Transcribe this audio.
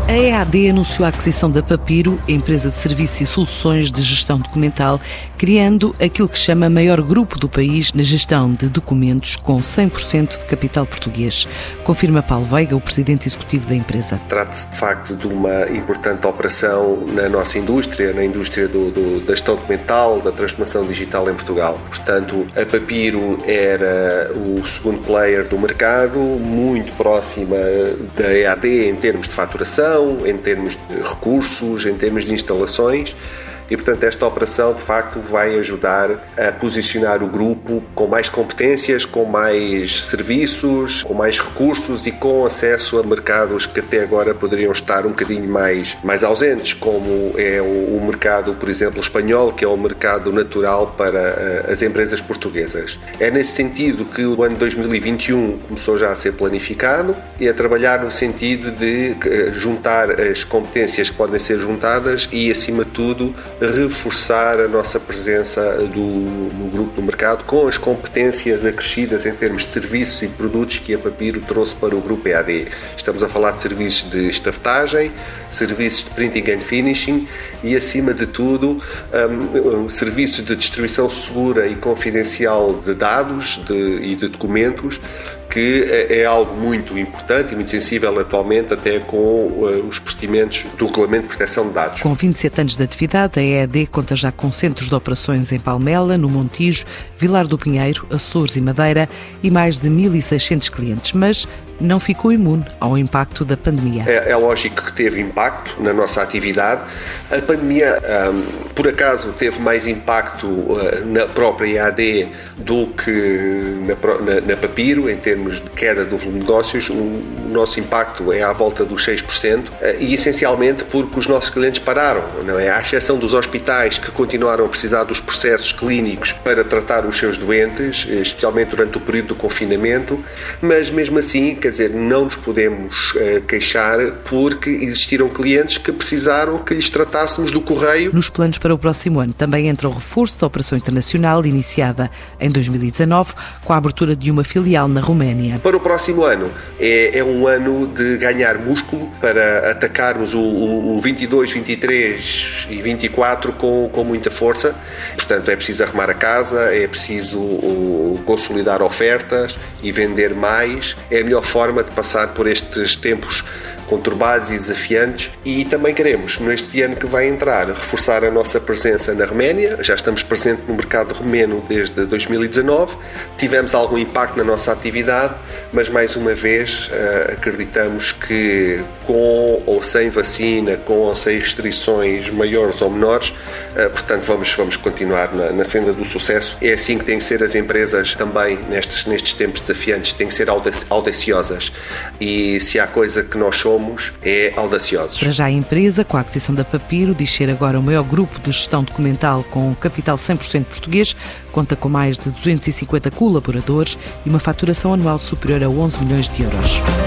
A EAD anunciou a aquisição da Papiro, empresa de serviços e soluções de gestão documental, criando aquilo que chama maior grupo do país na gestão de documentos com 100% de capital português. Confirma Paulo Veiga, o presidente executivo da empresa. Trata-se, de facto, de uma importante operação na nossa indústria, na indústria da gestão documental, da transformação digital em Portugal. Portanto, a Papiro era o segundo player do mercado, muito próxima da EAD em termos de faturação, em termos de recursos, em termos de instalações. E, portanto, esta operação, de facto, vai ajudar a posicionar o grupo com mais competências, com mais serviços, com mais recursos e com acesso a mercados que até agora poderiam estar um bocadinho mais ausentes, como é o mercado, por exemplo, espanhol, que é o mercado natural para as empresas portuguesas. É nesse sentido que o ano 2021 começou já a ser planificado e a trabalhar no sentido de juntar as competências que podem ser juntadas e, acima de tudo, reforçar a nossa presença no grupo do mercado com as competências acrescidas em termos de serviços e produtos que a Papiro trouxe para o grupo EAD. Estamos a falar de serviços de estafetagem, serviços de printing and finishing e, acima de tudo, serviços de distribuição segura e confidencial de dados e de documentos, que é algo muito importante e muito sensível atualmente, até com os procedimentos do Regulamento de Proteção de Dados. Com 27 anos de atividade, a EAD conta já com centros de operações em Palmela, no Montijo, Vilar do Pinheiro, Açores e Madeira e mais de 1.600 clientes, mas não ficou imune ao impacto da pandemia. É lógico que teve impacto na nossa atividade. A pandemia, por acaso, teve mais impacto na própria EAD do que na Papiro, em termos de queda do volume de negócios. O nosso impacto é à volta dos 6%, e essencialmente porque os nossos clientes pararam, não é? À exceção dos hospitais, que continuaram a precisar dos processos clínicos para tratar os seus doentes, especialmente durante o período do confinamento, mas mesmo assim, quer dizer, não nos podemos queixar, porque existiram clientes que precisaram que lhes tratássemos do correio. Nos planos para o próximo ano também entra o reforço da operação internacional, iniciada em 2019, com a abertura de uma filial na Roménia. Para o próximo ano é um ano de ganhar músculo para atacarmos o 22, 23 e 24 com muita força. Portanto, é preciso arrumar a casa, é preciso consolidar ofertas e vender mais. É a melhor forma de passar por estes tempos conturbados e desafiantes, e também queremos, neste ano que vai entrar, reforçar a nossa presença na Roménia. Já estamos presentes no mercado romeno desde 2019, tivemos algum impacto na nossa atividade, mas mais uma vez acreditamos que com ou sem vacina, com ou sem restrições maiores ou menores, portanto vamos continuar na senda do sucesso. É assim que têm que ser as empresas também nestes tempos desafiantes, têm que ser audaciosas, e se há coisa que nós somos é audaciosos. Para já a empresa, com a aquisição da Papiro, diz ser agora o maior grupo de gestão documental com capital 100% português, conta com mais de 250 colaboradores e uma faturação anual superior a 11 milhões de euros.